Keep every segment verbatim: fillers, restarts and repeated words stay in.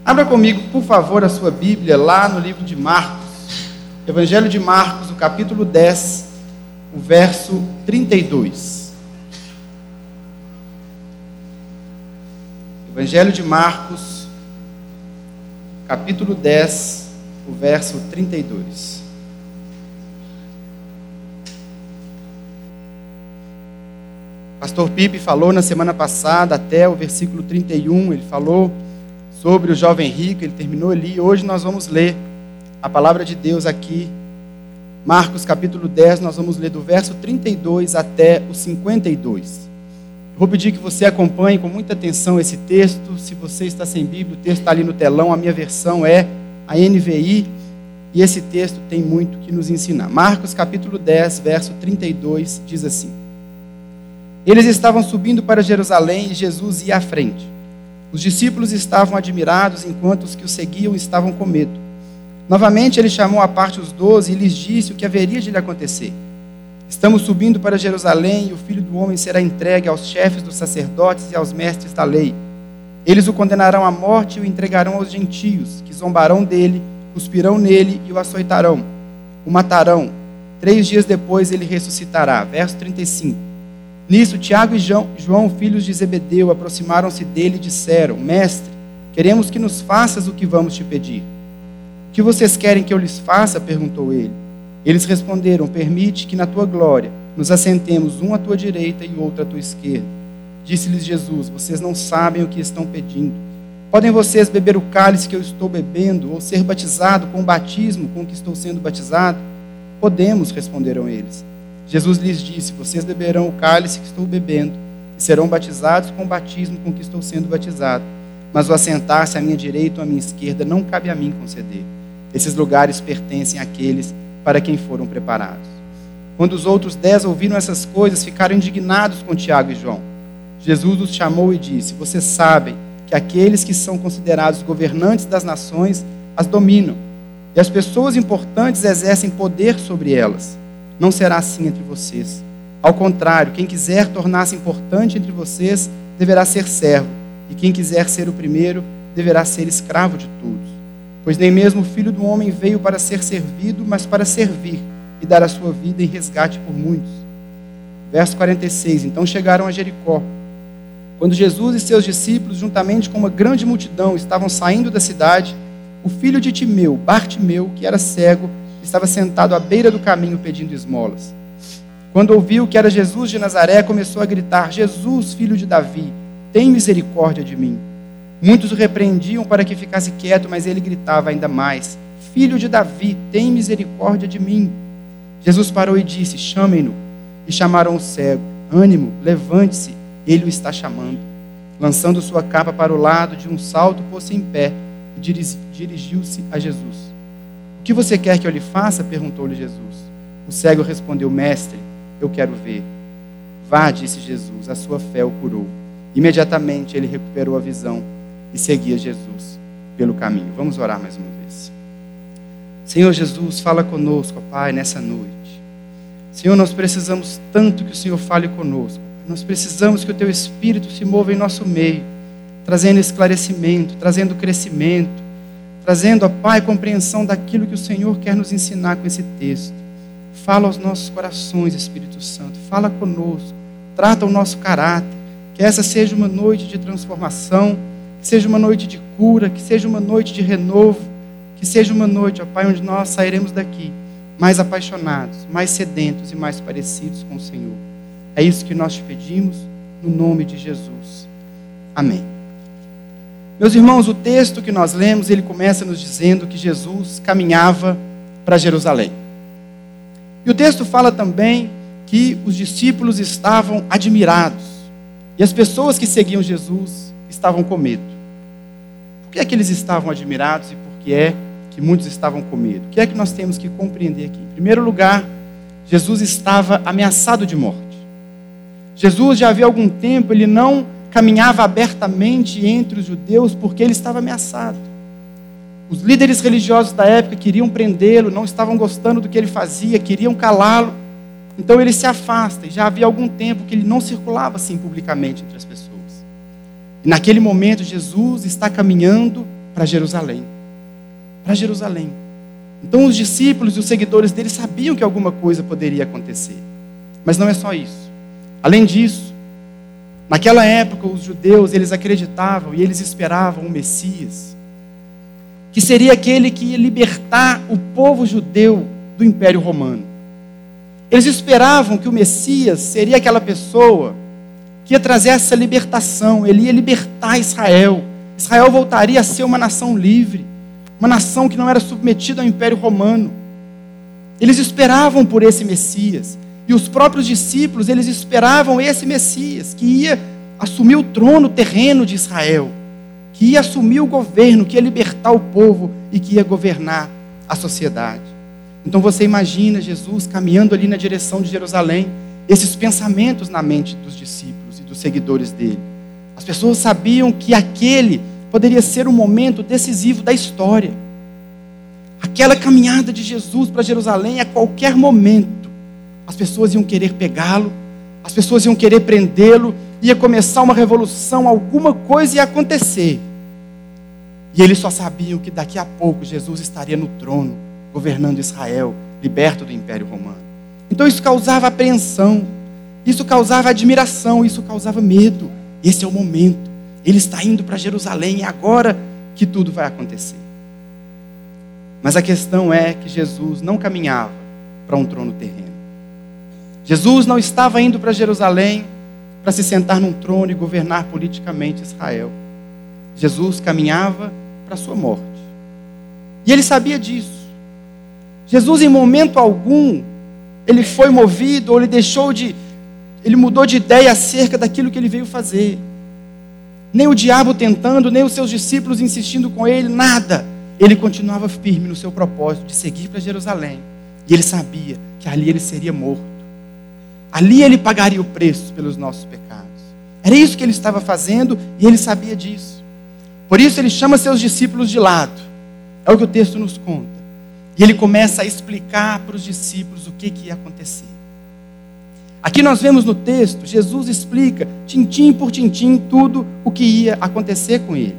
Abra comigo, por favor, a sua Bíblia lá no livro de Marcos, Evangelho de Marcos, o capítulo dez, o verso trinta e dois. Evangelho de Marcos, capítulo dez, o verso trinta e dois. Pastor Pipe falou na semana passada até o versículo trinta e um, ele falou sobre o jovem rico, ele terminou ali. Hoje nós vamos ler a palavra de Deus aqui, Marcos capítulo dez, nós vamos ler do verso trinta e dois até o cinquenta e dois. Eu vou pedir que você acompanhe com muita atenção esse texto. Se você está sem Bíblia, o texto está ali no telão, a minha versão é a N V I, e esse texto tem muito que nos ensinar. Marcos capítulo dez, verso trinta e dois, diz assim: Eles estavam subindo para Jerusalém e Jesus ia à frente. Os discípulos estavam admirados, enquanto os que o seguiam estavam com medo. Novamente ele chamou à parte os doze e lhes disse o que haveria de lhe acontecer. Estamos subindo para Jerusalém e o Filho do Homem será entregue aos chefes dos sacerdotes e aos mestres da lei. Eles o condenarão à morte e o entregarão aos gentios, que zombarão dele, cuspirão nele e o açoitarão. O matarão. Três dias depois ele ressuscitará. Verso trinta e cinco. Nisso, Tiago e João, filhos de Zebedeu, aproximaram-se dele e disseram: Mestre, queremos que nos faças o que vamos te pedir. O que vocês querem que eu lhes faça? Perguntou ele. Eles responderam: Permite que na tua glória nos assentemos um à tua direita e outro à tua esquerda. Disse-lhes Jesus: Vocês não sabem o que estão pedindo. Podem vocês beber o cálice que eu estou bebendo, ou ser batizado com o batismo com que estou sendo batizado? Podemos, responderam eles. Jesus lhes disse: Vocês beberão o cálice que estou bebendo e serão batizados com o batismo com que estou sendo batizado. Mas o assentar-se à minha direita ou à minha esquerda não cabe a mim conceder. Esses lugares pertencem àqueles para quem foram preparados. Quando os outros dez ouviram essas coisas, ficaram indignados com Tiago e João. Jesus os chamou e disse: Vocês sabem que aqueles que são considerados governantes das nações as dominam, e as pessoas importantes exercem poder sobre elas. Não será assim entre vocês. Ao contrário, quem quiser tornar-se importante entre vocês deverá ser servo, e quem quiser ser o primeiro deverá ser escravo de todos. Pois nem mesmo o Filho do Homem veio para ser servido, mas para servir e dar a sua vida em resgate por muitos. Verso quarenta e seis. Então chegaram a Jericó. Quando Jesus e seus discípulos, juntamente com uma grande multidão, estavam saindo da cidade, o filho de Timeu, Bartimeu, que era cego, estava sentado à beira do caminho pedindo esmolas. Quando ouviu que era Jesus de Nazaré, começou a gritar: Jesus, filho de Davi, tem misericórdia de mim. Muitos o repreendiam para que ficasse quieto, mas ele gritava ainda mais: Filho de Davi, tem misericórdia de mim. Jesus parou e disse: Chamem-no. E chamaram o cego. Ânimo, levante-se, ele o está chamando. Lançando sua capa para o lado, de um salto pôs-se em pé e dirigiu-se a Jesus. O que você quer que eu lhe faça? Perguntou-lhe Jesus. O cego respondeu: Mestre, eu quero ver. Vá, disse Jesus, a sua fé o curou. Imediatamente ele recuperou a visão e seguia Jesus pelo caminho. Vamos orar mais uma vez. Senhor Jesus, fala conosco, Pai, nessa noite. Senhor, nós precisamos tanto que o Senhor fale conosco. Nós precisamos que o Teu Espírito se mova em nosso meio, trazendo esclarecimento, trazendo crescimento, trazendo, ó Pai, compreensão daquilo que o Senhor quer nos ensinar com esse texto. Fala aos nossos corações, Espírito Santo. Fala conosco. Trata o nosso caráter. Que essa seja uma noite de transformação, que seja uma noite de cura, que seja uma noite de renovo, que seja uma noite, ó Pai, onde nós sairemos daqui mais apaixonados, mais sedentos e mais parecidos com o Senhor. É isso que nós te pedimos, no nome de Jesus. Amém. Meus irmãos, o texto que nós lemos, ele começa nos dizendo que Jesus caminhava para Jerusalém. E o texto fala também que os discípulos estavam admirados. E as pessoas que seguiam Jesus estavam com medo. Por que é que eles estavam admirados e por que é que muitos estavam com medo? O que é que nós temos que compreender aqui? Em primeiro lugar, Jesus estava ameaçado de morte. Jesus já havia algum tempo, ele não caminhava abertamente entre os judeus porque ele estava ameaçado. Os líderes religiosos da época queriam prendê-lo, não estavam gostando do que ele fazia, queriam calá-lo. Então ele se afasta, e já havia algum tempo que ele não circulava assim publicamente entre as pessoas. E naquele momento Jesus está caminhando para Jerusalém. Para Jerusalém. Então os discípulos e os seguidores dele sabiam que alguma coisa poderia acontecer. Mas não é só isso. Além disso, naquela época os judeus, eles acreditavam e eles esperavam o Messias, que seria aquele que ia libertar o povo judeu do Império Romano. Eles esperavam que o Messias seria aquela pessoa que ia trazer essa libertação, ele ia libertar Israel. Israel voltaria a ser uma nação livre, uma nação que não era submetida ao Império Romano. Eles esperavam por esse Messias, e os próprios discípulos, eles esperavam esse Messias, que ia assumir o trono terreno de Israel, que ia assumir o governo, que ia libertar o povo e que ia governar a sociedade. Então você imagina Jesus caminhando ali na direção de Jerusalém, esses pensamentos na mente dos discípulos e dos seguidores dele. As pessoas sabiam que aquele poderia ser um momento decisivo da história. Aquela caminhada de Jesus para Jerusalém, a qualquer momento, as pessoas iam querer pegá-lo, as pessoas iam querer prendê-lo, ia começar uma revolução, alguma coisa ia acontecer. E eles só sabiam que daqui a pouco Jesus estaria no trono, governando Israel, liberto do Império Romano. Então isso causava apreensão, isso causava admiração, isso causava medo. Esse é o momento. Ele está indo para Jerusalém, é agora que tudo vai acontecer. Mas a questão é que Jesus não caminhava para um trono terreno. Jesus não estava indo para Jerusalém para se sentar num trono e governar politicamente Israel. Jesus caminhava para a sua morte. E ele sabia disso. Jesus, em momento algum, ele foi movido, ou ele deixou de, ele mudou de ideia acerca daquilo que ele veio fazer. Nem o diabo tentando, nem os seus discípulos insistindo com ele, nada. Ele continuava firme no seu propósito de seguir para Jerusalém. E ele sabia que ali ele seria morto. Ali ele pagaria o preço pelos nossos pecados. Era isso que ele estava fazendo e ele sabia disso. Por isso ele chama seus discípulos de lado. É o que o texto nos conta. E ele começa a explicar para os discípulos o que, que ia acontecer. Aqui nós vemos no texto, Jesus explica, tintim por tintim, tudo o que ia acontecer com ele.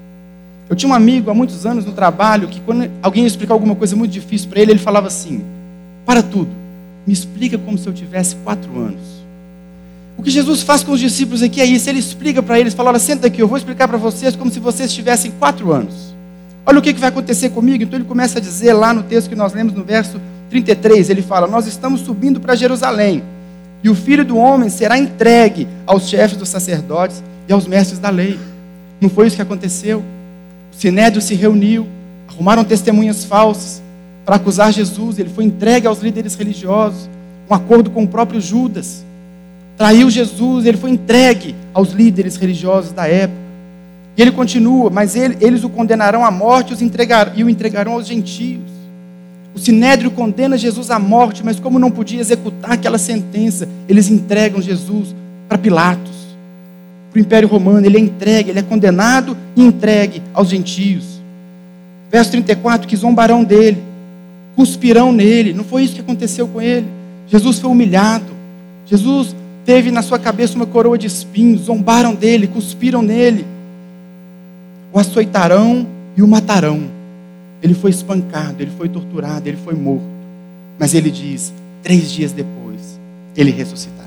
Eu tinha um amigo há muitos anos no trabalho, que quando alguém ia explicar alguma coisa muito difícil para ele, ele falava assim: para tudo, me explica como se eu tivesse quatro anos. O que Jesus faz com os discípulos aqui é isso, ele explica para eles, fala: olha, senta aqui, eu vou explicar para vocês como se vocês tivessem quatro anos. Olha o que, que vai acontecer comigo. Então ele começa a dizer lá no texto que nós lemos no verso trinta e três, ele fala: nós estamos subindo para Jerusalém, e o Filho do Homem será entregue aos chefes dos sacerdotes e aos mestres da lei. Não foi isso que aconteceu? O Sinédrio se reuniu, arrumaram testemunhas falsas para acusar Jesus. Ele foi entregue aos líderes religiosos, um acordo com o próprio Judas. Traiu Jesus, ele foi entregue aos líderes religiosos da época. E ele continua: mas ele, eles o condenarão à morte e, os entregar, e o entregarão aos gentios. O Sinédrio condena Jesus à morte, mas como não podia executar aquela sentença, eles entregam Jesus para Pilatos, para o Império Romano. Ele é entregue, ele é condenado e entregue aos gentios. Verso trinta e quatro, que zombarão dele, cuspirão nele. Não foi isso que aconteceu com ele. Jesus foi humilhado. Jesus teve na sua cabeça uma coroa de espinhos, zombaram dele, cuspiram nele. O açoitarão e o matarão. Ele foi espancado, ele foi torturado, ele foi morto. Mas ele diz, três dias depois, ele ressuscitará.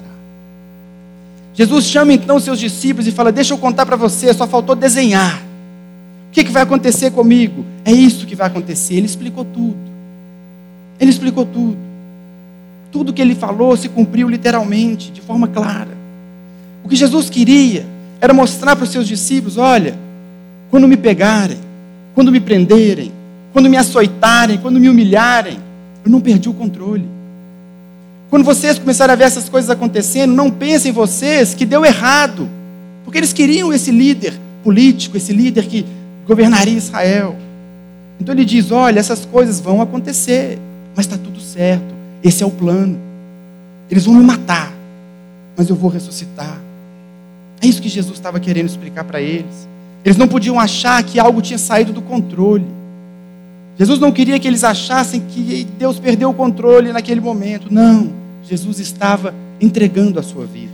Jesus chama então seus discípulos e fala: deixa eu contar para você, só faltou desenhar. O que, que vai acontecer comigo? É isso que vai acontecer. Ele explicou tudo. Ele explicou tudo. Tudo que ele falou se cumpriu literalmente, de forma clara. O que Jesus queria era mostrar para os seus discípulos: olha, quando me pegarem, quando me prenderem, quando me açoitarem, quando me humilharem, eu não perdi o controle. Quando vocês começarem a ver essas coisas acontecendo, não pensem vocês que deu errado, porque eles queriam esse líder político, esse líder que governaria Israel. Então ele diz: olha, essas coisas vão acontecer, mas está tudo certo, esse é o plano. Eles vão me matar, mas eu vou ressuscitar. É isso que Jesus estava querendo explicar para eles. Eles não podiam achar que algo tinha saído do controle. Jesus não queria que eles achassem que Deus perdeu o controle naquele momento. Não, Jesus estava entregando a sua vida,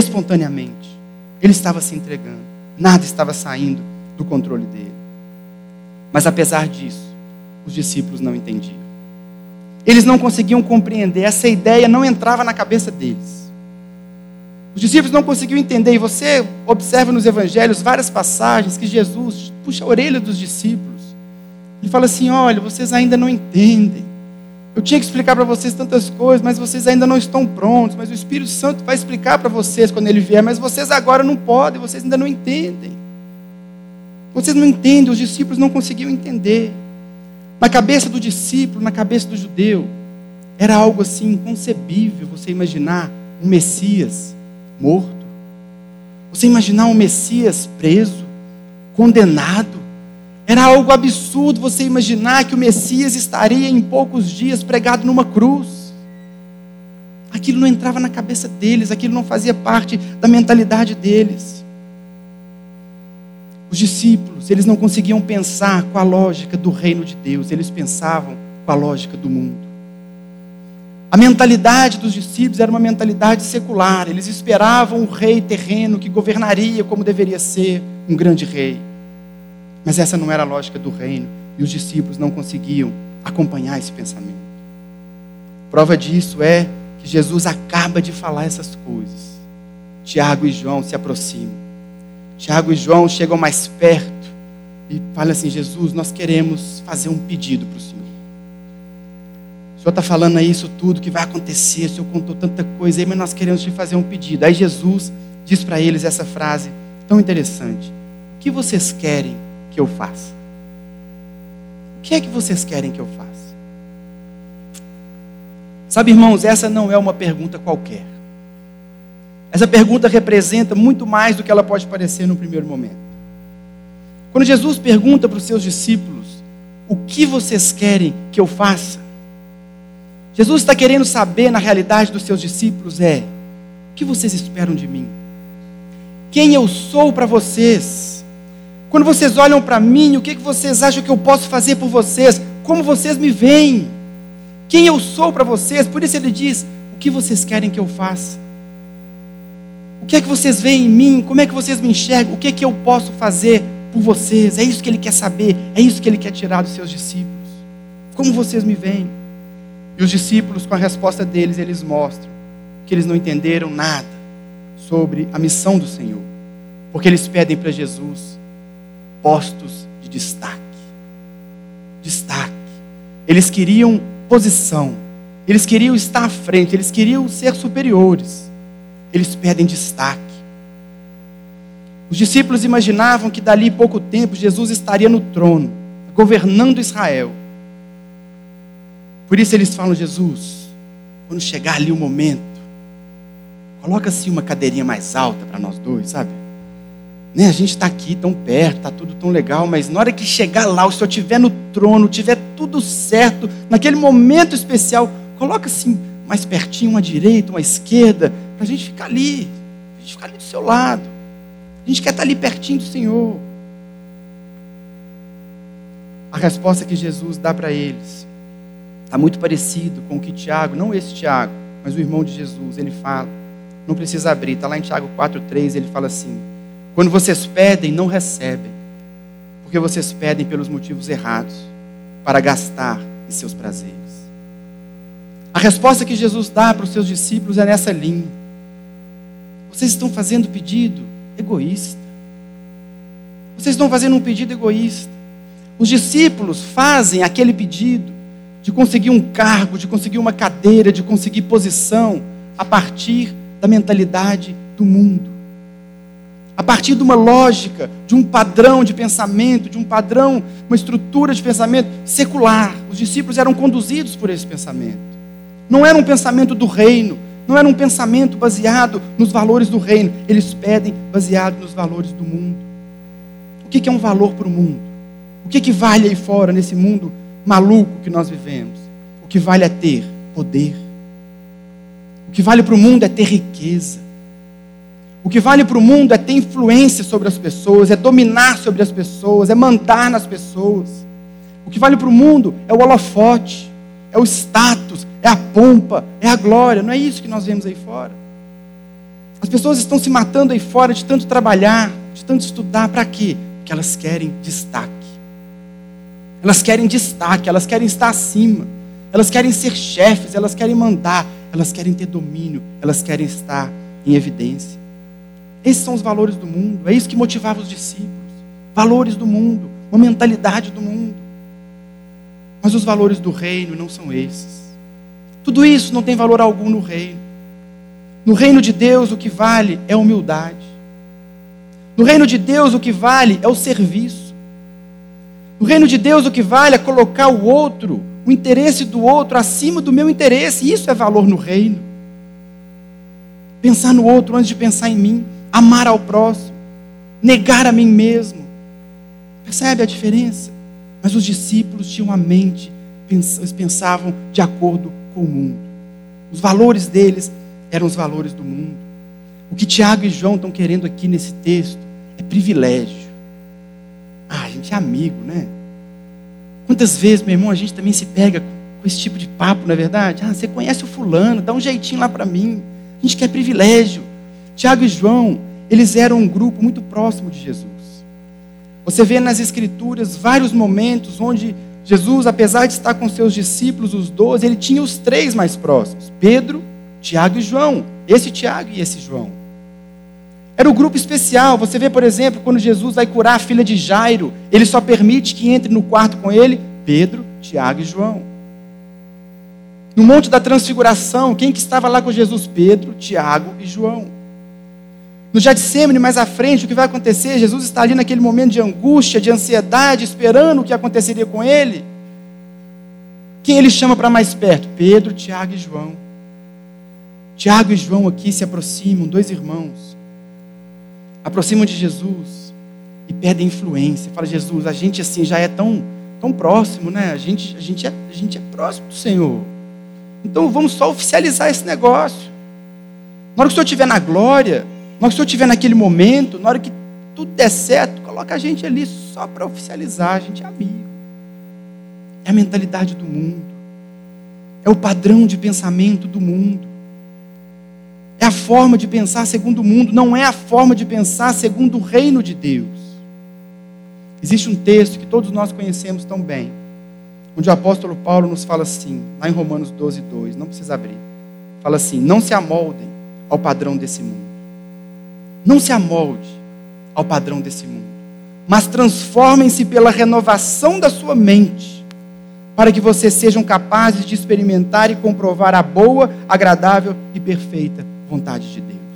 espontaneamente. Ele estava se entregando, nada estava saindo do controle dele. Mas apesar disso, os discípulos não entendiam. Eles não conseguiam compreender, essa ideia não entrava na cabeça deles. Os discípulos não conseguiam entender, e você observa nos evangelhos várias passagens que Jesus puxa a orelha dos discípulos. Ele fala assim: olha, vocês ainda não entendem. Eu tinha que explicar para vocês tantas coisas, mas vocês ainda não estão prontos. Mas o Espírito Santo vai explicar para vocês quando ele vier, mas vocês agora não podem, vocês ainda não entendem. Vocês não entendem, os discípulos não conseguiam entender. Na cabeça do discípulo, na cabeça do judeu, era algo assim inconcebível você imaginar um Messias morto. Você imaginar um Messias preso, condenado. Era algo absurdo você imaginar que o Messias estaria em poucos dias pregado numa cruz. Aquilo não entrava na cabeça deles, aquilo não fazia parte da mentalidade deles. Os discípulos, eles não conseguiam pensar com a lógica do reino de Deus, eles pensavam com a lógica do mundo. A mentalidade dos discípulos era uma mentalidade secular, eles esperavam um rei terreno que governaria como deveria ser um grande rei. Mas essa não era a lógica do reino, e os discípulos não conseguiam acompanhar esse pensamento. Prova disso é que Jesus acaba de falar essas coisas. Tiago e João se aproximam. Tiago e João chegam mais perto e falam assim: Jesus, nós queremos fazer um pedido para o Senhor. O Senhor está falando aí isso tudo que vai acontecer, o Senhor contou tanta coisa aí, mas nós queremos te fazer um pedido. Aí Jesus diz para eles essa frase tão interessante: o que vocês querem que eu faça? O que é que vocês querem que eu faça? Sabe, irmãos, essa não é uma pergunta qualquer. Essa pergunta representa muito mais do que ela pode parecer no primeiro momento. Quando Jesus pergunta para os seus discípulos: o que vocês querem que eu faça? Jesus está querendo saber, na realidade dos seus discípulos, é: o que vocês esperam de mim? Quem eu sou para vocês? Quando vocês olham para mim, o que vocês acham que eu posso fazer por vocês? Como vocês me veem? Quem eu sou para vocês? Por isso ele diz: o que vocês querem que eu faça? O que é que vocês veem em mim? Como é que vocês me enxergam? O que é que eu posso fazer por vocês? É isso que ele quer saber, é isso que ele quer tirar dos seus discípulos. Como vocês me veem? E os discípulos, com a resposta deles, eles mostram que eles não entenderam nada sobre a missão do Senhor, porque eles pedem para Jesus postos de destaque. Destaque. Eles queriam posição, eles queriam estar à frente, eles queriam ser superiores. Eles pedem destaque. Os discípulos imaginavam que dali pouco tempo Jesus estaria no trono, governando Israel. Por isso eles falam: Jesus, quando chegar ali o momento, coloca assim uma cadeirinha mais alta para nós dois, sabe? Né? A gente está aqui tão perto, está tudo tão legal, mas na hora que chegar lá, o Senhor estiver no trono, tiver tudo certo, naquele momento especial, coloca assim mais pertinho, uma direita, uma esquerda, para a gente ficar ali, a gente ficar ali do seu lado. A gente quer estar ali pertinho do Senhor. A resposta que Jesus dá para eles está muito parecido com o que Tiago, não esse Tiago, mas o irmão de Jesus, ele fala. Não precisa abrir, está lá em Tiago quatro, três, ele fala assim: quando vocês pedem, não recebem, porque vocês pedem pelos motivos errados, para gastar em seus prazeres. A resposta que Jesus dá para os seus discípulos é nessa linha. Vocês estão fazendo pedido egoísta. Vocês estão fazendo um pedido egoísta. Os discípulos fazem aquele pedido de conseguir um cargo, de conseguir uma cadeira, de conseguir posição, a partir da mentalidade do mundo. A partir de uma lógica, de um padrão de pensamento, de um padrão, uma estrutura de pensamento secular. Os discípulos eram conduzidos por esse pensamento. Não era um pensamento do reino, não era um pensamento baseado nos valores do reino. Eles pedem baseado nos valores do mundo. O que é um valor para o mundo? O que, que vale aí fora, nesse mundo maluco que nós vivemos? O que vale é ter poder. O que vale para o mundo é ter riqueza. O que vale para o mundo é ter influência sobre as pessoas, é dominar sobre as pessoas, é mandar nas pessoas. O que vale para o mundo é o holofote, é o status, é a pompa, é a glória. Não é isso que nós vemos aí fora. As pessoas estão se matando aí fora de tanto trabalhar, de tanto estudar. Para quê? Porque elas querem destaque. Elas querem destaque, elas querem estar acima. Elas querem ser chefes, elas querem mandar, elas querem ter domínio, elas querem estar em evidência. Esses são os valores do mundo, é isso que motivava os discípulos. Valores do mundo, uma mentalidade do mundo. Mas os valores do reino não são esses. Tudo isso não tem valor algum no reino. No reino de Deus o que vale é a humildade. No reino de Deus o que vale é o serviço. No reino de Deus o que vale é colocar o outro, o interesse do outro acima do meu interesse. Isso é valor no reino. Pensar no outro antes de pensar em mim. Amar ao próximo. Negar a mim mesmo. Percebe a diferença? Mas os discípulos tinham a mente, eles pensavam de acordo com o mundo. Os valores deles eram os valores do mundo. O que Tiago e João estão querendo aqui nesse texto é privilégio. Ah, a gente é amigo, né? Quantas vezes, meu irmão, a gente também se pega com esse tipo de papo, não é verdade? Ah, você conhece o fulano, dá um jeitinho lá para mim. A gente quer privilégio. Tiago e João, eles eram um grupo muito próximo de Jesus. Você vê nas Escrituras vários momentos onde Jesus, apesar de estar com seus discípulos, os doze, ele tinha os três mais próximos. Pedro, Tiago e João. Esse Tiago e esse João. Era o grupo especial. Você vê, por exemplo, quando Jesus vai curar a filha de Jairo, ele só permite que entre no quarto com ele Pedro, Tiago e João. No Monte da Transfiguração, quem que estava lá com Jesus? Pedro, Tiago e João. No Getsêmani, mais à frente, o que vai acontecer? Jesus está ali naquele momento de angústia, de ansiedade, esperando o que aconteceria com ele. Quem ele chama para mais perto? Pedro, Tiago e João. Tiago e João aqui se aproximam, dois irmãos. Aproximam de Jesus e perdem influência. Fala, Jesus, a gente assim já é tão, tão próximo, né? A gente, a, gente é, a gente é próximo do Senhor. Então vamos só oficializar esse negócio. Na hora que o Senhor estiver na glória, na hora que o Senhor estiver naquele momento, na hora que tudo der certo, coloca a gente ali só para oficializar, a gente é amigo. É a mentalidade do mundo. É o padrão de pensamento do mundo. É a forma de pensar segundo o mundo, não é a forma de pensar segundo o reino de Deus. Existe um texto que todos nós conhecemos tão bem, onde o apóstolo Paulo nos fala assim, lá em Romanos doze, dois, não precisa abrir. Fala assim, não se amoldem ao padrão desse mundo. Não se amolde ao padrão desse mundo, mas transformem-se pela renovação da sua mente, para que vocês sejam capazes de experimentar e comprovar a boa, agradável e perfeita vontade de Deus.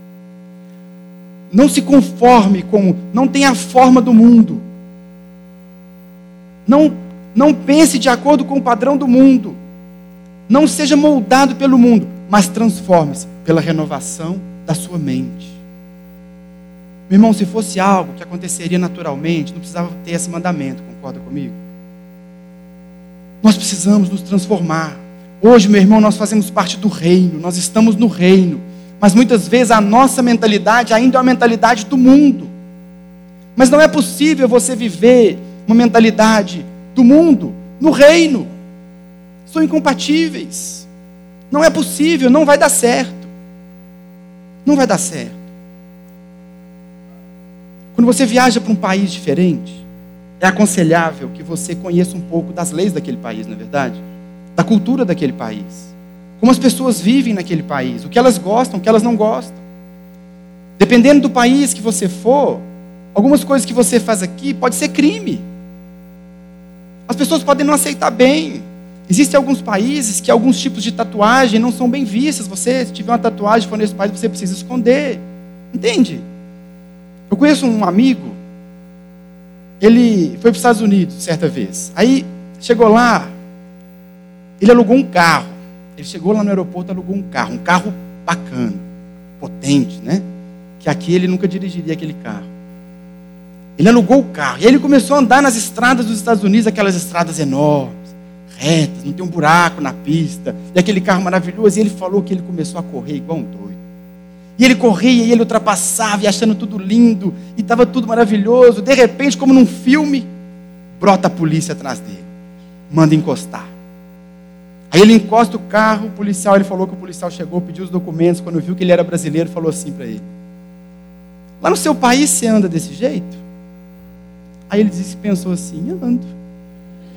Não se conforme com, não tenha a forma do mundo. Não, não pense de acordo com o padrão do mundo. Não seja moldado pelo mundo, mas transforme-se pela renovação da sua mente. Meu irmão, se fosse algo que aconteceria naturalmente, não precisava ter esse mandamento, concorda comigo? Nós precisamos nos transformar. Hoje, meu irmão, nós fazemos parte do reino, nós estamos no reino, mas muitas vezes a nossa mentalidade ainda é uma mentalidade do mundo. Mas não é possível você viver uma mentalidade do mundo no reino. São incompatíveis. Não é possível, não vai dar certo. Não vai dar certo. Quando você viaja para um país diferente, é aconselhável que você conheça um pouco das leis daquele país, não é verdade? Da cultura daquele país. Como as pessoas vivem naquele país, o que elas gostam, o que elas não gostam. Dependendo do país que você for, algumas coisas que você faz aqui pode ser crime. As pessoas podem não aceitar bem. Existem alguns países que alguns tipos de tatuagem não são bem vistas. Você, se tiver uma tatuagem for nesse país, você precisa esconder. Entende? Eu conheço um amigo, ele foi para os Estados Unidos certa vez. Aí, chegou lá, ele alugou um carro. Ele chegou lá no aeroporto e alugou um carro. Um carro bacana, potente, né? Que aqui ele nunca dirigiria aquele carro. Ele alugou o carro. E ele começou a andar nas estradas dos Estados Unidos, aquelas estradas enormes, retas, não tem um buraco na pista. E aquele carro maravilhoso. E ele falou que ele começou a correr igual um doido. E ele corria, e ele ultrapassava, e achando tudo lindo, e estava tudo maravilhoso. De repente, como num filme, brota a polícia atrás dele. Manda encostar. Aí ele encosta o carro, o policial, ele falou que o policial chegou, pediu os documentos, quando viu que ele era brasileiro, falou assim para ele: lá no seu país você anda desse jeito? Aí ele disse, pensou assim, ando.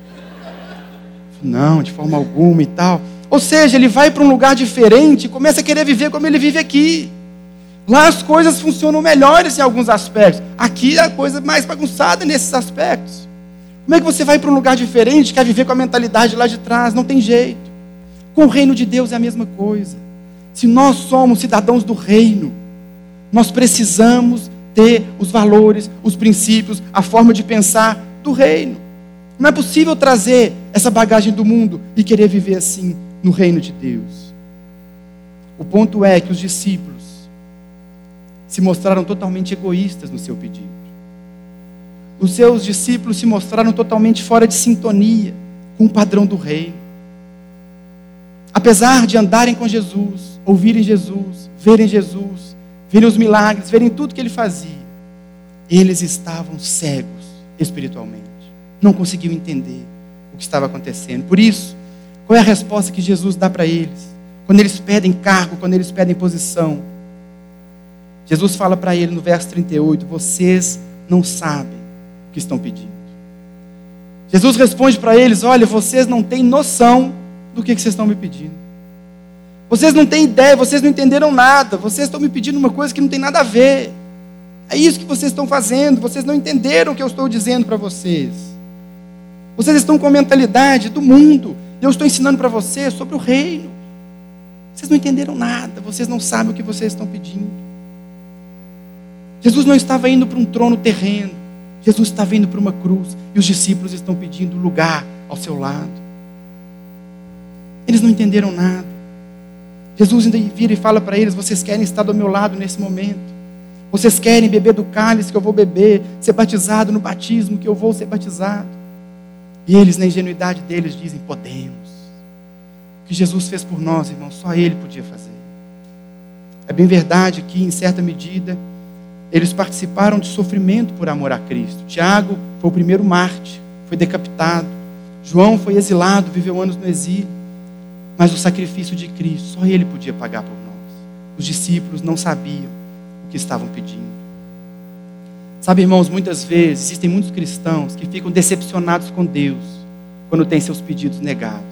Não, de forma alguma e tal. Ou seja, ele vai para um lugar diferente e começa a querer viver como ele vive aqui. Lá as coisas funcionam melhores em alguns aspectos. Aqui é a coisa mais bagunçada nesses aspectos. Como é que você vai para um lugar diferente e quer viver com a mentalidade lá de trás? Não tem jeito. Com o reino de Deus é a mesma coisa. Se nós somos cidadãos do reino, nós precisamos ter os valores, os princípios, a forma de pensar do reino. Não é possível trazer essa bagagem do mundo e querer viver assim no reino de Deus. O ponto é que os discípulos se mostraram totalmente egoístas no seu pedido. Os seus discípulos se mostraram totalmente fora de sintonia com o padrão do reino. Apesar de andarem com Jesus, ouvirem Jesus, verem Jesus, verem os milagres, verem tudo que ele fazia, eles estavam cegos espiritualmente. Não conseguiam entender o que estava acontecendo. Por isso, qual é a resposta que Jesus dá para eles? Quando eles pedem cargo, quando eles pedem posição, Jesus fala para ele no verso trinta e oito, vocês não sabem o que estão pedindo. Jesus responde para eles, olha, vocês não têm noção do que vocês estão me pedindo. Vocês não têm ideia, vocês não entenderam nada, vocês estão me pedindo uma coisa que não tem nada a ver. É isso que vocês estão fazendo, vocês não entenderam o que eu estou dizendo para vocês. Vocês estão com a mentalidade do mundo, e eu estou ensinando para vocês sobre o reino. Vocês não entenderam nada, vocês não sabem o que vocês estão pedindo. Jesus não estava indo para um trono terreno, Jesus estava indo para uma cruz, e os discípulos estão pedindo lugar ao seu lado. Eles não entenderam nada. Jesus ainda vira e fala para eles, vocês querem estar do meu lado nesse momento? Vocês querem beber do cálice que eu vou beber, ser batizado no batismo que eu vou ser batizado? E eles, na ingenuidade deles, dizem, podemos. O que Jesus fez por nós, irmãos, só Ele podia fazer. É bem verdade que, em certa medida, eles participaram de sofrimento por amor a Cristo. Tiago foi o primeiro mártir, foi decapitado. João foi exilado, viveu anos no exílio. Mas o sacrifício de Cristo, só Ele podia pagar por nós. Os discípulos não sabiam o que estavam pedindo. Sabe, irmãos, muitas vezes existem muitos cristãos que ficam decepcionados com Deus quando têm seus pedidos negados.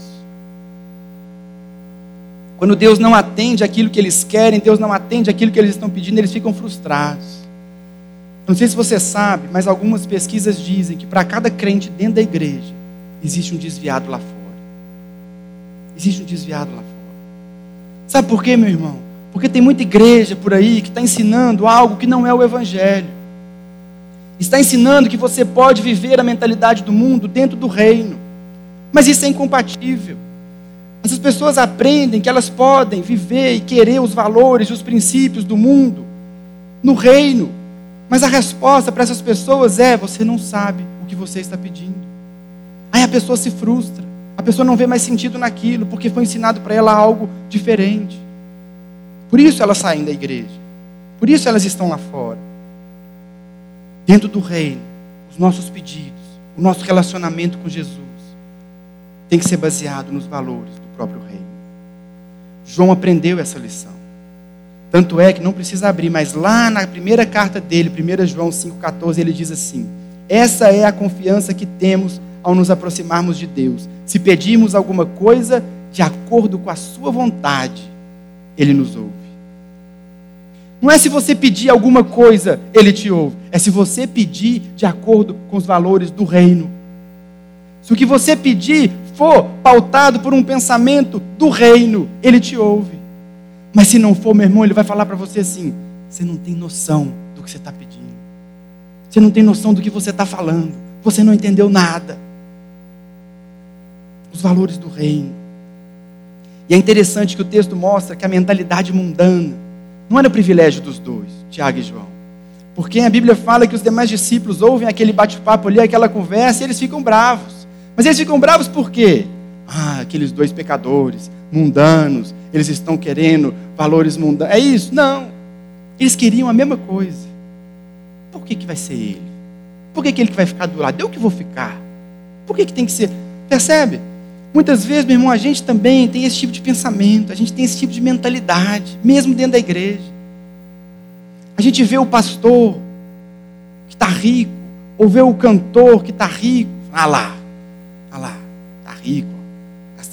Quando Deus não atende aquilo que eles querem, Deus não atende aquilo que eles estão pedindo, eles ficam frustrados. Não sei se você sabe, mas algumas pesquisas dizem que para cada crente dentro da igreja, existe um desviado lá fora. Existe um desviado lá fora. Sabe por quê, meu irmão? Porque tem muita igreja por aí que está ensinando algo que não é o evangelho. Está ensinando que você pode viver a mentalidade do mundo dentro do reino. Mas isso é incompatível. Essas pessoas aprendem que elas podem viver e querer os valores e os princípios do mundo no reino. Mas a resposta para essas pessoas é, você não sabe o que você está pedindo. Aí a pessoa se frustra. A pessoa não vê mais sentido naquilo, porque foi ensinado para ela algo diferente. Por isso elas saem da igreja. Por isso elas estão lá fora. Dentro do reino, os nossos pedidos, o nosso relacionamento com Jesus, tem que ser baseado nos valores do próprio reino. João aprendeu essa lição. Tanto é que não precisa abrir, mas lá na primeira carta dele, primeira João cinco, catorze, ele diz assim, essa é a confiança que temos ao nos aproximarmos de Deus. Se pedirmos alguma coisa de acordo com a sua vontade, Ele nos ouve. Não é se você pedir alguma coisa, Ele te ouve. É se você pedir de acordo com os valores do reino. Se o que você pedir for pautado por um pensamento do reino, Ele te ouve. Mas se não for, meu irmão, Ele vai falar para você assim, você não tem noção do que você está pedindo. Você não tem noção do que você está falando. Você não entendeu nada. Os valores do reino. E é interessante que o texto mostra que a mentalidade mundana não era privilégio dos dois, Tiago e João. Porque a Bíblia fala que os demais discípulos ouvem aquele bate-papo ali, aquela conversa, e eles ficam bravos. Mas eles ficam bravos por quê? Ah, aqueles dois pecadores, mundanos, eles estão querendo valores mundanos. É isso? Não. Eles queriam a mesma coisa. Por que que vai ser ele? Por que que ele que vai ficar do lado? Eu que vou ficar. Por que que tem que ser? Percebe? Muitas vezes, meu irmão, a gente também tem esse tipo de pensamento, a gente tem esse tipo de mentalidade, mesmo dentro da igreja. A gente vê o pastor que está rico, ou vê o cantor que está rico, ah lá, ah lá, está rico,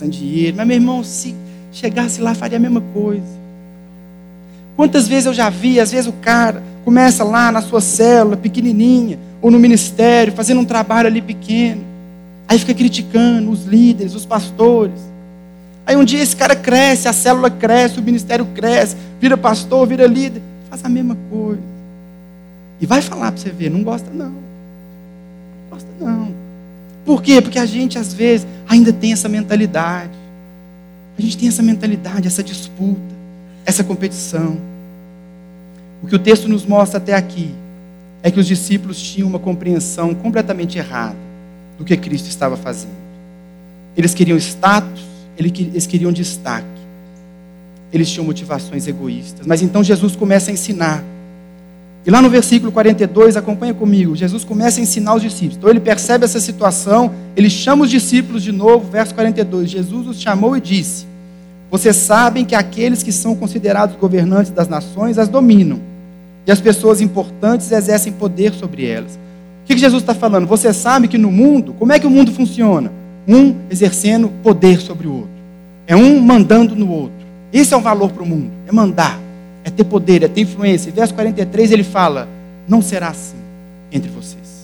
gastando dinheiro. Mas, meu irmão, se chegasse lá, faria a mesma coisa. Quantas vezes eu já vi, às vezes o cara começa lá na sua célula, pequenininha, ou no ministério, fazendo um trabalho ali pequeno. Aí fica criticando os líderes, os pastores. Aí um dia esse cara cresce, a célula cresce, o ministério cresce, vira pastor, vira líder, faz a mesma coisa. E vai falar para você ver, não gosta não. Não gosta não. Por quê? Porque a gente às vezes ainda tem essa mentalidade. A gente tem essa mentalidade, essa disputa, essa competição. O que o texto nos mostra até aqui é que os discípulos tinham uma compreensão completamente errada do que Cristo estava fazendo. Eles queriam status, eles queriam destaque. Eles tinham motivações egoístas. Mas então Jesus começa a ensinar. E lá no versículo quarenta e dois, acompanha comigo, Jesus começa a ensinar os discípulos. Então ele percebe essa situação, ele chama os discípulos de novo, verso quarenta e dois. Jesus os chamou e disse: vocês sabem que aqueles que são considerados governantes das nações as dominam, e as pessoas importantes exercem poder sobre elas. O que Jesus está falando? Você sabe que no mundo, como é que o mundo funciona? Um exercendo poder sobre o outro. É um mandando no outro. Esse é o valor para o mundo, é mandar, é ter poder, é ter influência. E verso quarenta e três ele fala: não será assim entre vocês.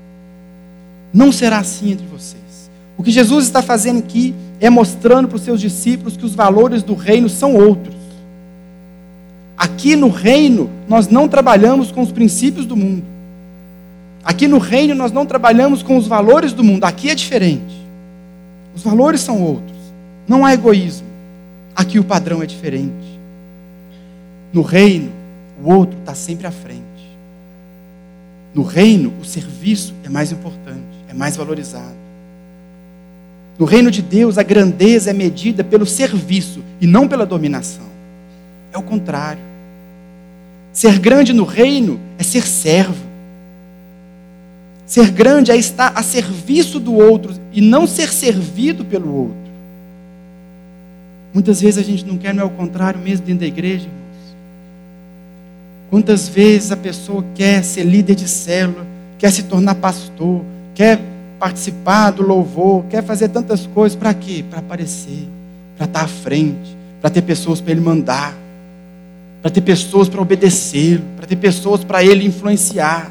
Não será assim entre vocês. O que Jesus está fazendo aqui é mostrando para os seus discípulos que os valores do reino são outros. Aqui no reino, nós não trabalhamos com os princípios do mundo. Aqui no reino, nós não trabalhamos com os valores do mundo. Aqui é diferente. Os valores são outros. Não há egoísmo. Aqui o padrão é diferente. No reino, o outro está sempre à frente. No reino, o serviço é mais importante, é mais valorizado. No reino de Deus, a grandeza é medida pelo serviço e não pela dominação. É o contrário. Ser grande no reino é ser servo. Ser grande é estar a serviço do outro e não ser servido pelo outro. Muitas vezes a gente não quer, não é o contrário mesmo dentro da igreja, irmãos. Quantas vezes a pessoa quer ser líder de célula, quer se tornar pastor, quer participar do louvor, quer fazer tantas coisas, para quê? Para aparecer, para estar à frente, para ter pessoas para ele mandar, para ter pessoas para obedecê-lo, para ter pessoas para ele influenciar.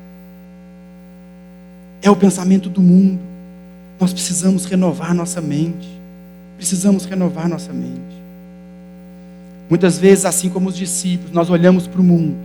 É o pensamento do mundo. Nós precisamos renovar nossa mente. Precisamos renovar nossa mente. Muitas vezes, assim como os discípulos, nós olhamos para o mundo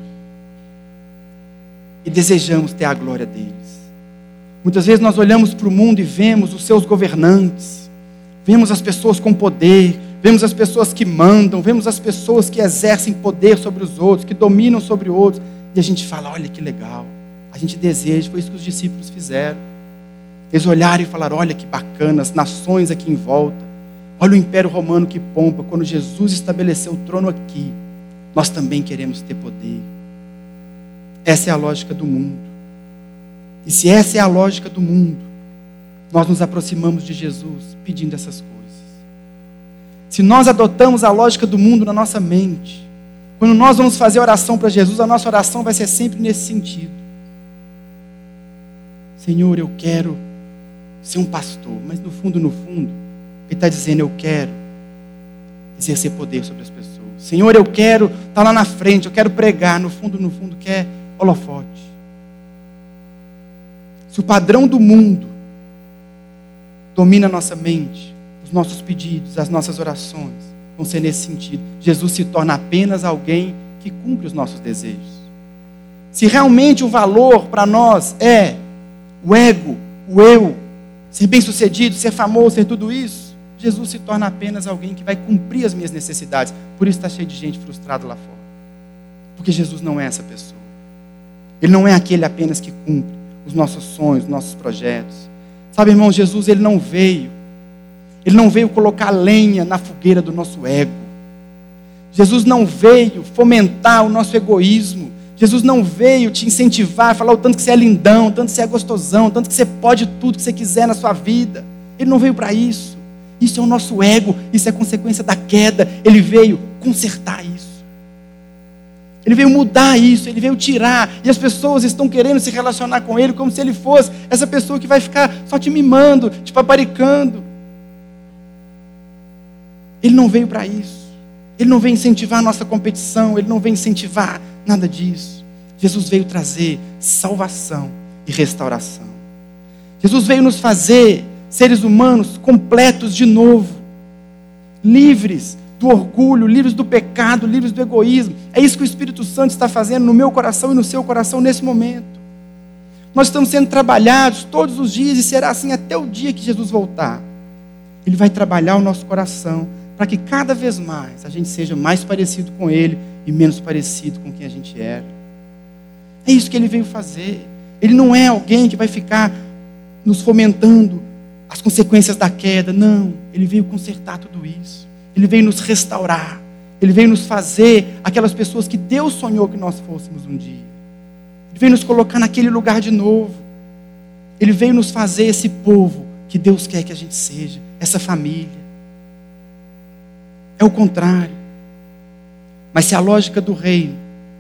e desejamos ter a glória deles. Muitas vezes nós olhamos para o mundo e vemos os seus governantes, vemos as pessoas com poder, vemos as pessoas que mandam, vemos as pessoas que exercem poder sobre os outros, que dominam sobre outros, e a gente fala: olha que legal, a gente deseja. Foi isso que os discípulos fizeram. Eles olharam e falaram: olha que bacana, as nações aqui em volta, olha o Império Romano que pompa. Quando Jesus estabeleceu o trono aqui, nós também queremos ter poder. Essa é a lógica do mundo. E se essa é a lógica do mundo, nós nos aproximamos de Jesus pedindo essas coisas. Se nós adotamos a lógica do mundo na nossa mente, quando nós vamos fazer oração para Jesus, a nossa oração vai ser sempre nesse sentido: Senhor, eu quero ser um pastor. Mas no fundo, no fundo, ele está dizendo: eu quero exercer poder sobre as pessoas. Senhor, eu quero estar lá na frente, eu quero pregar. No fundo, no fundo, quer holofote. Se o padrão do mundo domina a nossa mente, os nossos pedidos, as nossas orações vão ser nesse sentido. Jesus se torna apenas alguém que cumpre os nossos desejos. Se realmente o valor para nós é o ego, o eu, ser bem-sucedido, ser famoso, ser tudo isso, Jesus se torna apenas alguém que vai cumprir as minhas necessidades. Por isso está cheio de gente frustrada lá fora. Porque Jesus não é essa pessoa. Ele não é aquele apenas que cumpre os nossos sonhos, os nossos projetos. Sabe, irmão, Jesus ele não veio. Ele não veio colocar lenha na fogueira do nosso ego. Jesus não veio fomentar o nosso egoísmo. Jesus não veio te incentivar, falar o tanto que você é lindão, o tanto que você é gostosão, o tanto que você pode tudo que você quiser na sua vida. Ele não veio para isso. Isso é o nosso ego, isso é consequência da queda. Ele veio consertar isso. Ele veio mudar isso, ele veio tirar. E as pessoas estão querendo se relacionar com ele como se ele fosse essa pessoa que vai ficar só te mimando, te paparicando. Ele não veio para isso. Ele não veio incentivar a nossa competição, Ele não veio incentivar nada disso. Jesus veio trazer salvação e restauração. Jesus veio nos fazer seres humanos completos de novo, livres do orgulho, livres do pecado, livres do egoísmo. É isso que o Espírito Santo está fazendo no meu coração e no seu coração nesse momento. Nós estamos sendo trabalhados todos os dias e será assim até o dia que Jesus voltar. Ele vai trabalhar o nosso coração para que cada vez mais a gente seja mais parecido com Ele e menos parecido com quem a gente era. É isso que Ele veio fazer. Ele não é alguém que vai ficar nos fomentando as consequências da queda. Não, Ele veio consertar tudo isso. Ele veio nos restaurar. Ele veio nos fazer aquelas pessoas que Deus sonhou que nós fôssemos um dia. Ele veio nos colocar naquele lugar de novo. Ele veio nos fazer esse povo que Deus quer que a gente seja, essa família. É o contrário. Mas se a lógica do reino,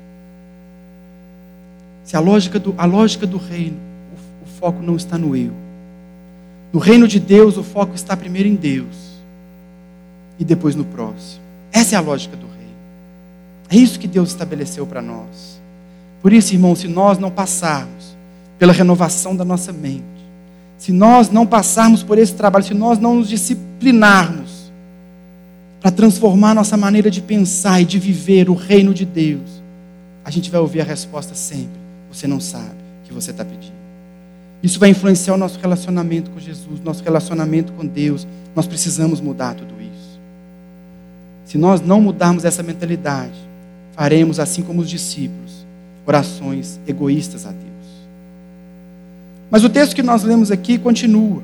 se a lógica do, a lógica do reino, o, o foco não está no eu. No reino de Deus, o foco está primeiro em Deus e depois no próximo. Essa é a lógica do reino. É isso que Deus estabeleceu para nós. Por isso, irmão, se nós não passarmos pela renovação da nossa mente, se nós não passarmos por esse trabalho, se nós não nos disciplinarmos para transformar nossa maneira de pensar e de viver o reino de Deus, a gente vai ouvir a resposta sempre: você não sabe o que você está pedindo. Isso vai influenciar o nosso relacionamento com Jesus, nosso relacionamento com Deus. Nós precisamos mudar tudo isso. Se nós não mudarmos essa mentalidade, faremos, assim como os discípulos, orações egoístas a Deus. Mas o texto que nós lemos aqui continua.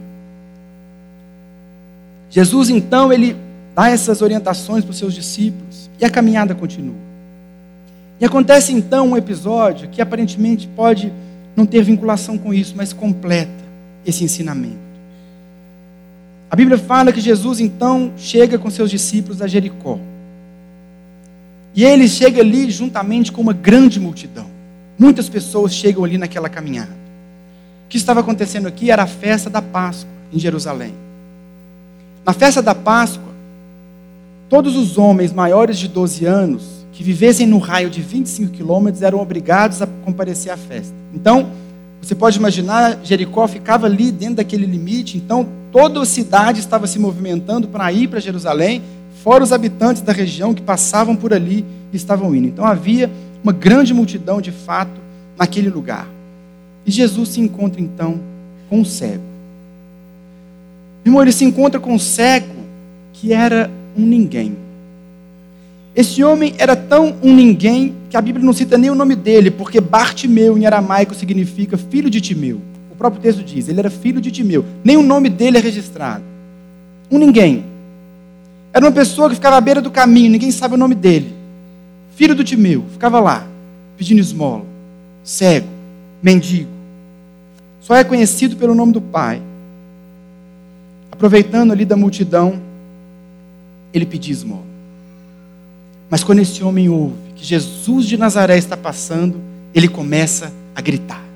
Jesus, então, ele dá essas orientações para os seus discípulos e a caminhada continua. E acontece, então, um episódio que aparentemente pode não ter vinculação com isso, mas completa esse ensinamento. A Bíblia fala que Jesus, então, chega com seus discípulos a Jericó. E ele chega ali juntamente com uma grande multidão. Muitas pessoas chegam ali naquela caminhada. O que estava acontecendo aqui era a festa da Páscoa em Jerusalém. Na festa da Páscoa, todos os homens maiores de doze anos que vivessem no raio de vinte e cinco quilômetros eram obrigados a comparecer à festa. Então, você pode imaginar, Jericó ficava ali dentro daquele limite, então toda a cidade estava se movimentando para ir para Jerusalém, fora os habitantes da região que passavam por ali e estavam indo. Então havia uma grande multidão de fato naquele lugar. E Jesus se encontra então com um cego. Irmão, ele se encontra com um cego que era um ninguém. Esse homem era tão um ninguém que a Bíblia não cita nem o nome dele, porque Bartimeu em aramaico significa filho de Timeu. O próprio texto diz, ele era filho de Timeu. Nem o nome dele é registrado. Um ninguém. Era uma pessoa que ficava à beira do caminho, ninguém sabe o nome dele. Filho do Timeu, ficava lá, pedindo esmola. Cego, mendigo. Só é conhecido pelo nome do Pai. Aproveitando ali da multidão, ele pedia esmola. Mas quando esse homem ouve que Jesus de Nazaré está passando, ele começa a gritar: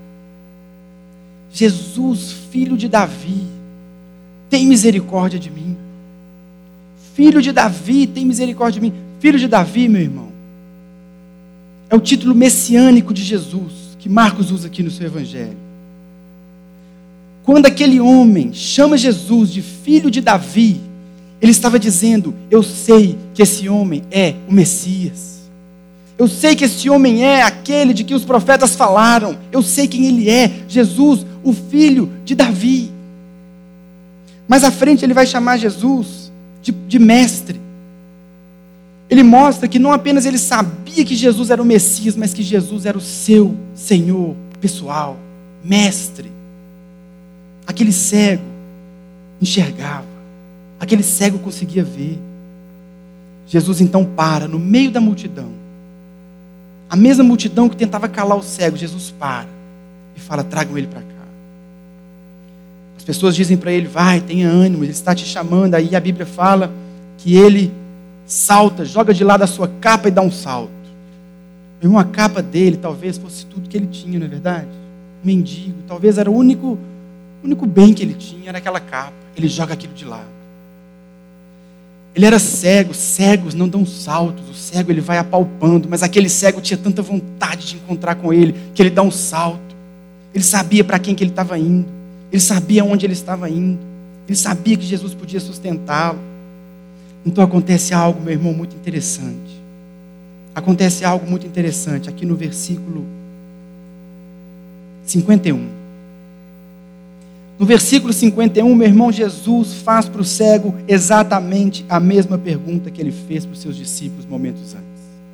Jesus, filho de Davi, tem misericórdia de mim. Filho de Davi, tem misericórdia de mim. Filho de Davi, meu irmão, é o título messiânico de Jesus, que Marcos usa aqui no seu evangelho. Quando aquele homem chama Jesus de filho de Davi, ele estava dizendo: eu sei que esse homem é o Messias. Eu sei que esse homem é aquele de que os profetas falaram. Eu sei quem ele é, Jesus, o filho de Davi. Mais à frente ele vai chamar Jesus de, de mestre. Ele mostra que não apenas ele sabia que Jesus era o Messias, mas que Jesus era o seu Senhor pessoal, mestre. Aquele cego enxergava. Aquele cego conseguia ver. Jesus então para no meio da multidão. A mesma multidão que tentava calar o cego, Jesus para e fala: tragam ele para cá. As pessoas dizem para ele: vai, tenha ânimo, ele está te chamando. Aí a Bíblia fala que ele salta, joga de lado a sua capa e dá um salto. Uma capa dele talvez fosse tudo que ele tinha, não é verdade? Um mendigo, talvez era o único, o único bem que ele tinha, era aquela capa. Ele joga aquilo de lado. Ele era cego, cegos não dão saltos, o cego ele vai apalpando, mas aquele cego tinha tanta vontade de encontrar com ele, que ele dá um salto. Ele sabia para quem que ele estava indo, ele sabia onde ele estava indo, ele sabia que Jesus podia sustentá-lo. Então acontece algo, meu irmão, muito interessante. Acontece algo muito interessante aqui no versículo cinquenta e um. No versículo cinquenta e um, meu irmão, Jesus faz para o cego exatamente a mesma pergunta que ele fez para os seus discípulos momentos antes.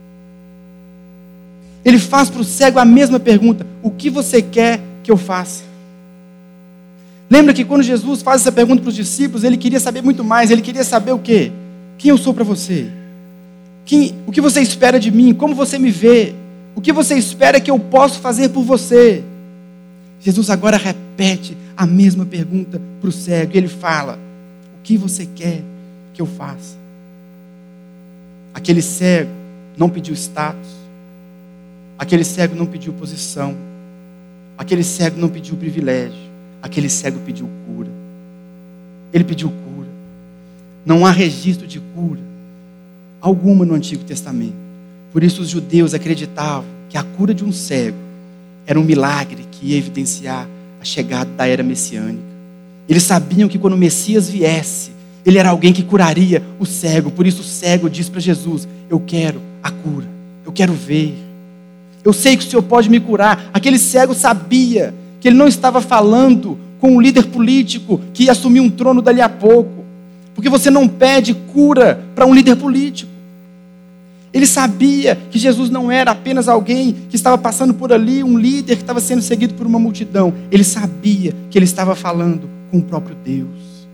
Ele faz para o cego a mesma pergunta: o que você quer que eu faça? Lembra que quando Jesus faz essa pergunta para os discípulos, ele queria saber muito mais. Ele queria saber o quê? Quem eu sou para você? Quem, o que você espera de mim? Como você me vê? O que você espera que eu possa fazer por você? Jesus agora repete a mesma pergunta para o cego. E ele fala: o que você quer que eu faça? Aquele cego não pediu status. Aquele cego não pediu posição. Aquele cego não pediu privilégio. Aquele cego pediu cura. Ele pediu cura. Não há registro de cura alguma no Antigo Testamento. Por isso os judeus acreditavam que a cura de um cego era um milagre que ia evidenciar a chegada da era messiânica. Eles sabiam que quando o Messias viesse, ele era alguém que curaria o cego. Por isso o cego diz para Jesus: eu quero a cura, eu quero ver. Eu sei que o Senhor pode me curar. Aquele cego sabia que ele não estava falando com um líder político que ia assumir um trono dali a pouco. Porque você não pede cura para um líder político. Ele sabia que Jesus não era apenas alguém que estava passando por ali, um líder que estava sendo seguido por uma multidão. Ele sabia que ele estava falando com o próprio Deus.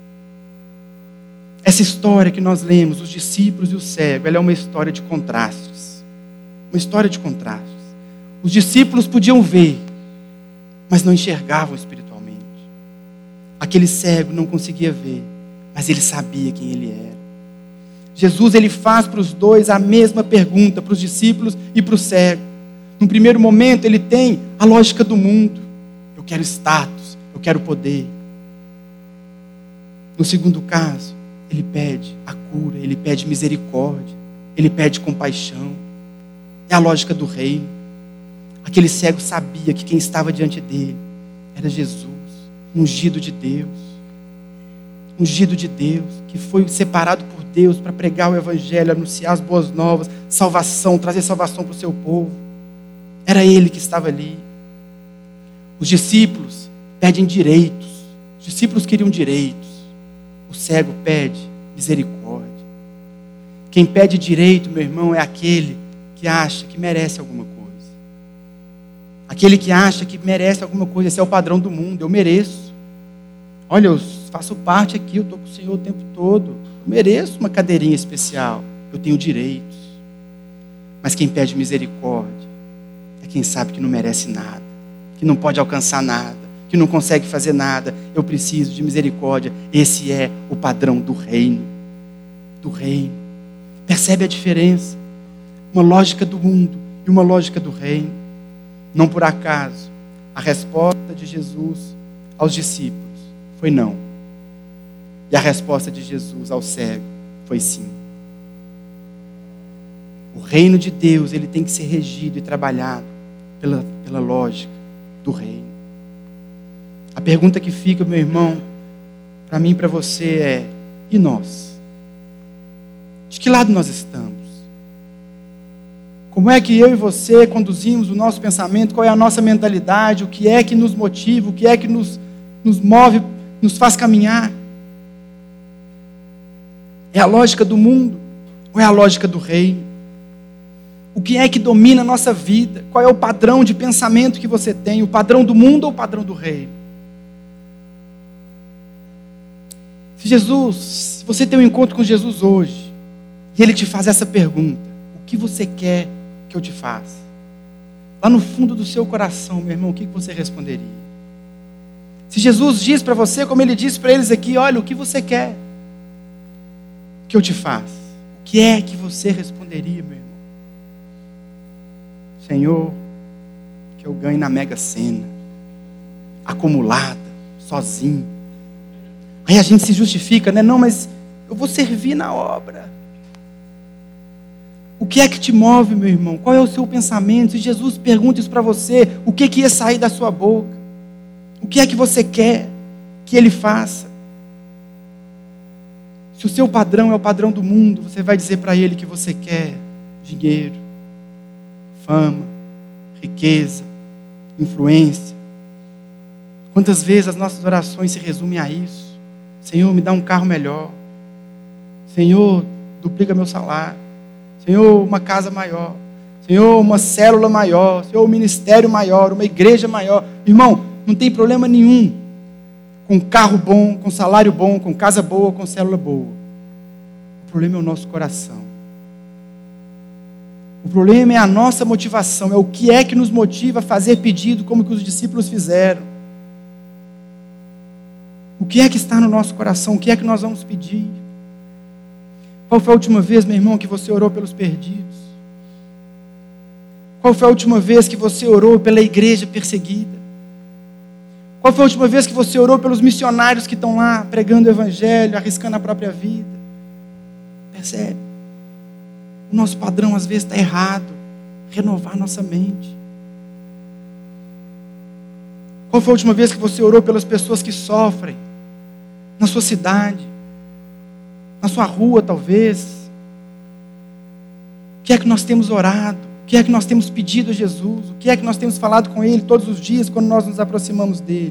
Essa história que nós lemos, os discípulos e o cego, ela é uma história de contrastes. Uma história de contrastes. Os discípulos podiam ver, mas não enxergavam espiritualmente. Aquele cego não conseguia ver, mas ele sabia quem ele era. Jesus ele faz para os dois a mesma pergunta, para os discípulos e para o cego. No primeiro momento ele tem a lógica do mundo. Eu quero status, eu quero poder. No segundo caso, ele pede a cura, ele pede misericórdia, ele pede compaixão. É a lógica do reino. Aquele cego sabia que quem estava diante dele era Jesus, ungido de Deus. Ungido de Deus, que foi separado por Deus para pregar o Evangelho, anunciar as boas novas, salvação, trazer salvação para o seu povo. Era ele que estava ali. Os discípulos pedem direitos. Os discípulos queriam direitos. O cego pede misericórdia. Quem pede direito, meu irmão, é aquele que acha que merece alguma coisa. Aquele que acha que merece alguma coisa. Esse é o padrão do mundo. Eu mereço. Olha, eu faço parte aqui, eu estou com o Senhor o tempo todo. Eu mereço uma cadeirinha especial. Eu tenho direitos. Mas quem pede misericórdia é quem sabe que não merece nada, que não pode alcançar nada, que não consegue fazer nada. Eu preciso de misericórdia. Esse é o padrão do reino. Do reino. Percebe a diferença? Uma lógica do mundo e uma lógica do reino. Não por acaso, a resposta de Jesus aos discípulos foi não. E a resposta de Jesus ao cego foi sim. O reino de Deus, ele tem que ser regido e trabalhado pela, pela lógica do reino. A pergunta que fica, meu irmão, para mim e para você é: e nós? De que lado nós estamos? Como é que eu e você conduzimos o nosso pensamento? Qual é a nossa mentalidade? O que é que nos motiva? O que é que nos, nos move, nos faz caminhar? É a lógica do mundo ou é a lógica do reino? O que é que domina a nossa vida? Qual é o padrão de pensamento que você tem? O padrão do mundo ou o padrão do reino? Se Jesus, se você tem um encontro com Jesus hoje, e Ele te faz essa pergunta: o que você quer que eu te faça? Lá no fundo do seu coração, meu irmão, o que você responderia? Se Jesus diz para você, como Ele disse para eles aqui: olha, o que você quer que eu te faça? O que é que você responderia, meu irmão? Senhor, que eu ganhe na Mega Sena, acumulada, sozinho. Aí a gente se justifica, né? Não, mas eu vou servir na obra. O que é que te move, meu irmão? Qual é o seu pensamento? Se Jesus pergunta isso para você, o que, que ia sair da sua boca? O que é que você quer que Ele faça? Se o seu padrão é o padrão do mundo, você vai dizer para Ele que você quer dinheiro, fama, riqueza, influência. Quantas vezes as nossas orações se resumem a isso? Senhor, me dá um carro melhor. Senhor, duplica meu salário. Senhor, uma casa maior. Senhor, uma célula maior. Senhor, um ministério maior, uma igreja maior. Irmão, não tem problema nenhum com carro bom, com salário bom, com casa boa, com célula boa. O problema é o nosso coração. O problema é a nossa motivação, é o que é que nos motiva a fazer pedido como que os discípulos fizeram. O que é que está no nosso coração? O que é que nós vamos pedir? Qual foi a última vez, meu irmão, que você orou pelos perdidos? Qual foi a última vez que você orou pela igreja perseguida? Qual foi a última vez que você orou pelos missionários que estão lá pregando o evangelho, arriscando a própria vida? Percebe? O nosso padrão às vezes está errado. Renovar nossa mente. Qual foi a última vez que você orou pelas pessoas que sofrem? Na sua cidade? Na sua rua, talvez? O que é que nós temos orado? O que é que nós temos pedido a Jesus? O que é que nós temos falado com Ele todos os dias quando nós nos aproximamos dEle?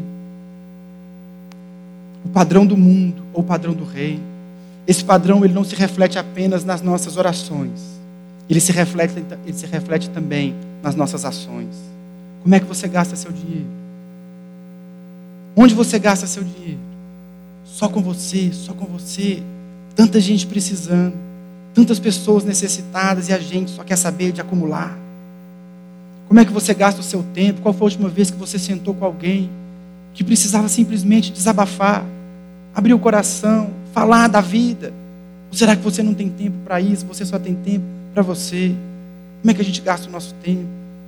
O padrão do mundo ou o padrão do reino? Esse padrão, ele não se reflete apenas nas nossas orações. Ele se reflete, ele se reflete também nas nossas ações. Como é que você gasta seu dinheiro? Onde você gasta seu dinheiro? Só com você, só com você. Tanta gente precisando. Tantas pessoas necessitadas e a gente só quer saber de acumular. Como é que você gasta o seu tempo? Qual foi a última vez que você sentou com alguém que precisava simplesmente desabafar, abrir o coração, falar da vida? Ou será que você não tem tempo para isso? Você só tem tempo para você? Como é que a gente gasta o nosso tempo?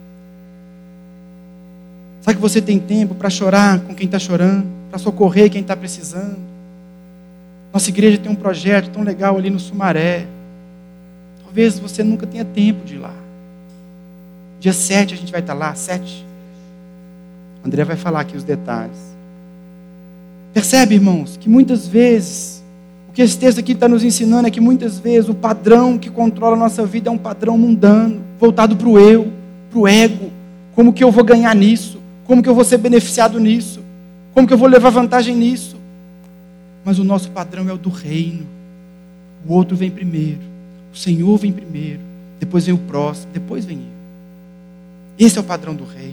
Será que você tem tempo para chorar com quem está chorando? Para socorrer quem está precisando? Nossa igreja tem um projeto tão legal ali no Sumaré. Talvez você nunca tenha tempo de ir lá. Dia sete a gente vai estar lá, sete. O André vai falar aqui os detalhes. Percebe, irmãos, que muitas vezes, o que esse texto aqui está nos ensinando é que muitas vezes o padrão que controla a nossa vida é um padrão mundano, voltado para o eu, para o ego. Como que eu vou ganhar nisso? Como que eu vou ser beneficiado nisso? Como que eu vou levar vantagem nisso? Mas o nosso padrão é o do reino. O outro vem primeiro. O Senhor vem primeiro. Depois vem o próximo. Depois vem eu. Esse é o padrão do reino.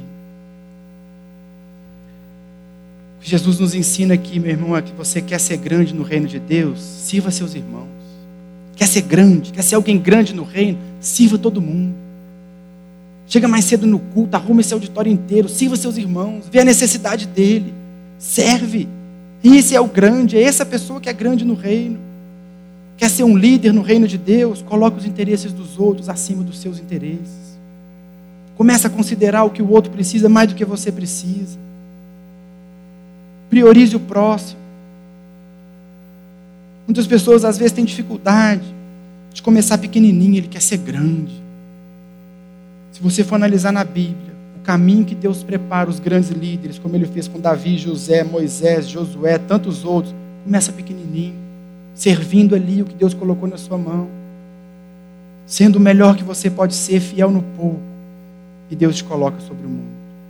O que Jesus nos ensina aqui, meu irmão, é que você quer ser grande no reino de Deus, sirva seus irmãos. Quer ser grande, quer ser alguém grande no reino, sirva todo mundo. Chega mais cedo no culto, arruma esse auditório inteiro, sirva seus irmãos, vê a necessidade dele, serve. Esse é o grande, é essa pessoa que é grande no reino. Quer ser um líder no reino de Deus, coloca os interesses dos outros acima dos seus interesses. Começa a considerar o que o outro precisa mais do que você precisa. Priorize o próximo. Muitas pessoas às vezes têm dificuldade de começar pequenininho, ele quer ser grande. Se você for analisar na Bíblia, o caminho que Deus prepara os grandes líderes, como Ele fez com Davi, José, Moisés, Josué, tantos outros, começa pequenininho, servindo ali o que Deus colocou na sua mão, sendo o melhor que você pode ser, fiel no pouco, e Deus te coloca sobre o mundo.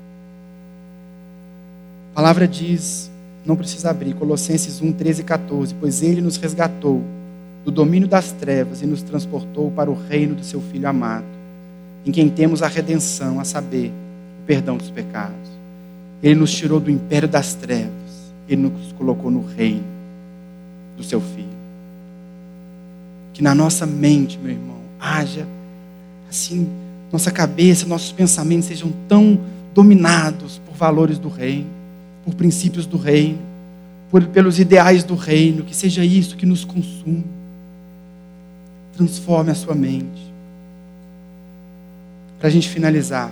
A palavra diz, não precisa abrir, Colossenses um, treze e catorze, pois Ele nos resgatou do domínio das trevas e nos transportou para o reino do seu Filho amado, em quem temos a redenção, a saber, o perdão dos pecados. Ele nos tirou do império das trevas, Ele nos colocou no reino do seu Filho. Que na nossa mente, meu irmão, haja assim, nossa cabeça, nossos pensamentos sejam tão dominados por valores do reino, por princípios do reino, por, pelos ideais do reino, que seja isso que nos consuma. Transforme a sua mente. Para a gente finalizar,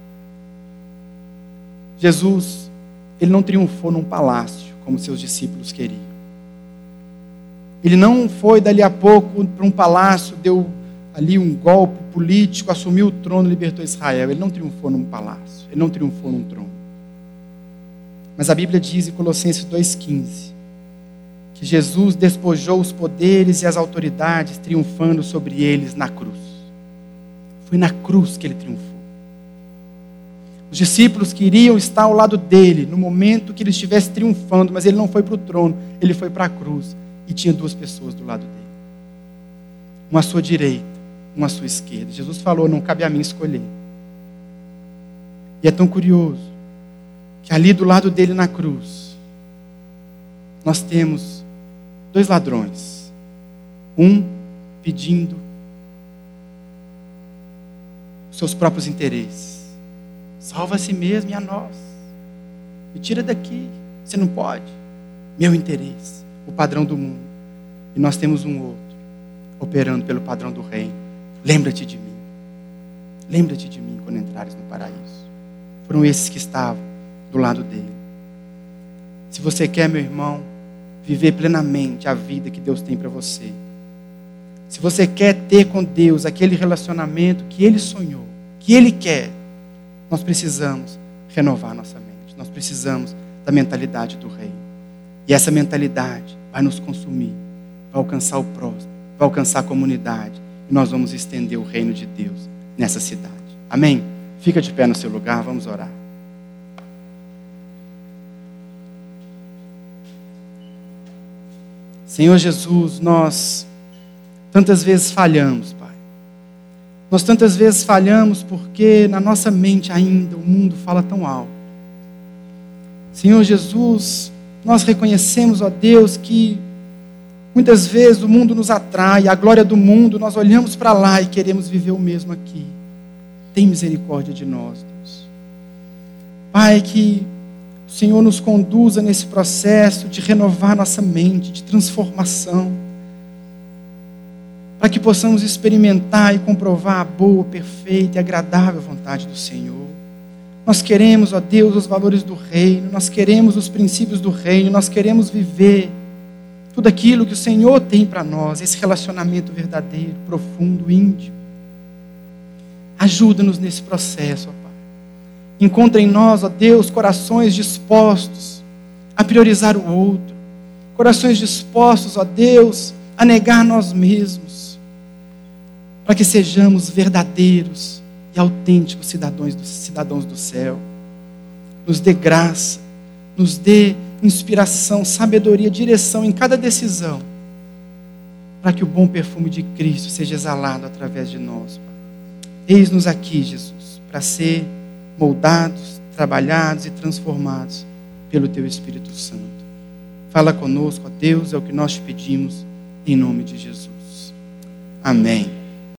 Jesus, Ele não triunfou num palácio, como seus discípulos queriam. Ele não foi dali a pouco para um palácio, deu ali um golpe político, assumiu o trono e libertou Israel. Ele não triunfou num palácio, ele não triunfou num trono. Mas a Bíblia diz em Colossenses dois quinze que Jesus despojou os poderes e as autoridades, triunfando sobre eles na cruz. Foi na cruz que ele triunfou. Os discípulos queriam estar ao lado dele no momento que ele estivesse triunfando, mas ele não foi para o trono, ele foi para a cruz. E tinha duas pessoas do lado dele. Uma à sua direita, uma à sua esquerda. Jesus falou, não cabe a mim escolher. E é tão curioso que ali do lado dele na cruz, nós temos dois ladrões. Um pedindo os seus próprios interesses. Salva a si mesmo e a nós. Me tira daqui. Você não pode. Meu interesse. O padrão do mundo. E nós temos um outro operando pelo padrão do reino. Lembra-te de mim. Lembra-te de mim quando entrares no paraíso. Foram esses que estavam do lado dele. Se você quer, meu irmão, viver plenamente a vida que Deus tem para você, se você quer ter com Deus aquele relacionamento que Ele sonhou, que Ele quer, nós precisamos renovar nossa mente. Nós precisamos da mentalidade do reino. E essa mentalidade vai nos consumir, vai alcançar o próximo, vai alcançar a comunidade. E nós vamos estender o reino de Deus nessa cidade. Amém? Fica de pé no seu lugar, vamos orar. Senhor Jesus, nós tantas vezes falhamos, Pai. Nós tantas vezes falhamos porque na nossa mente ainda o mundo fala tão alto. Senhor Jesus, nós reconhecemos, ó Deus, que muitas vezes o mundo nos atrai, a glória do mundo, nós olhamos para lá e queremos viver o mesmo aqui. Tem misericórdia de nós, Deus. Pai, que o Senhor nos conduza nesse processo de renovar nossa mente, de transformação, para que possamos experimentar e comprovar a boa, perfeita e agradável vontade do Senhor. Nós queremos, ó Deus, os valores do reino, nós queremos os princípios do reino, nós queremos viver tudo aquilo que o Senhor tem para nós, esse relacionamento verdadeiro, profundo, íntimo. Ajuda-nos nesse processo, ó Pai. Encontra em nós, ó Deus, corações dispostos a priorizar o outro, corações dispostos, ó Deus, a negar nós mesmos, para que sejamos verdadeiros e autênticos cidadãos do, cidadãos do céu. Nos dê graça, nos dê inspiração, sabedoria, direção em cada decisão, para que o bom perfume de Cristo seja exalado através de nós, Pai. Eis-nos aqui, Jesus, para ser moldados, trabalhados e transformados pelo Teu Espírito Santo. Fala conosco, ó Deus, é o que nós te pedimos, em nome de Jesus. Amém.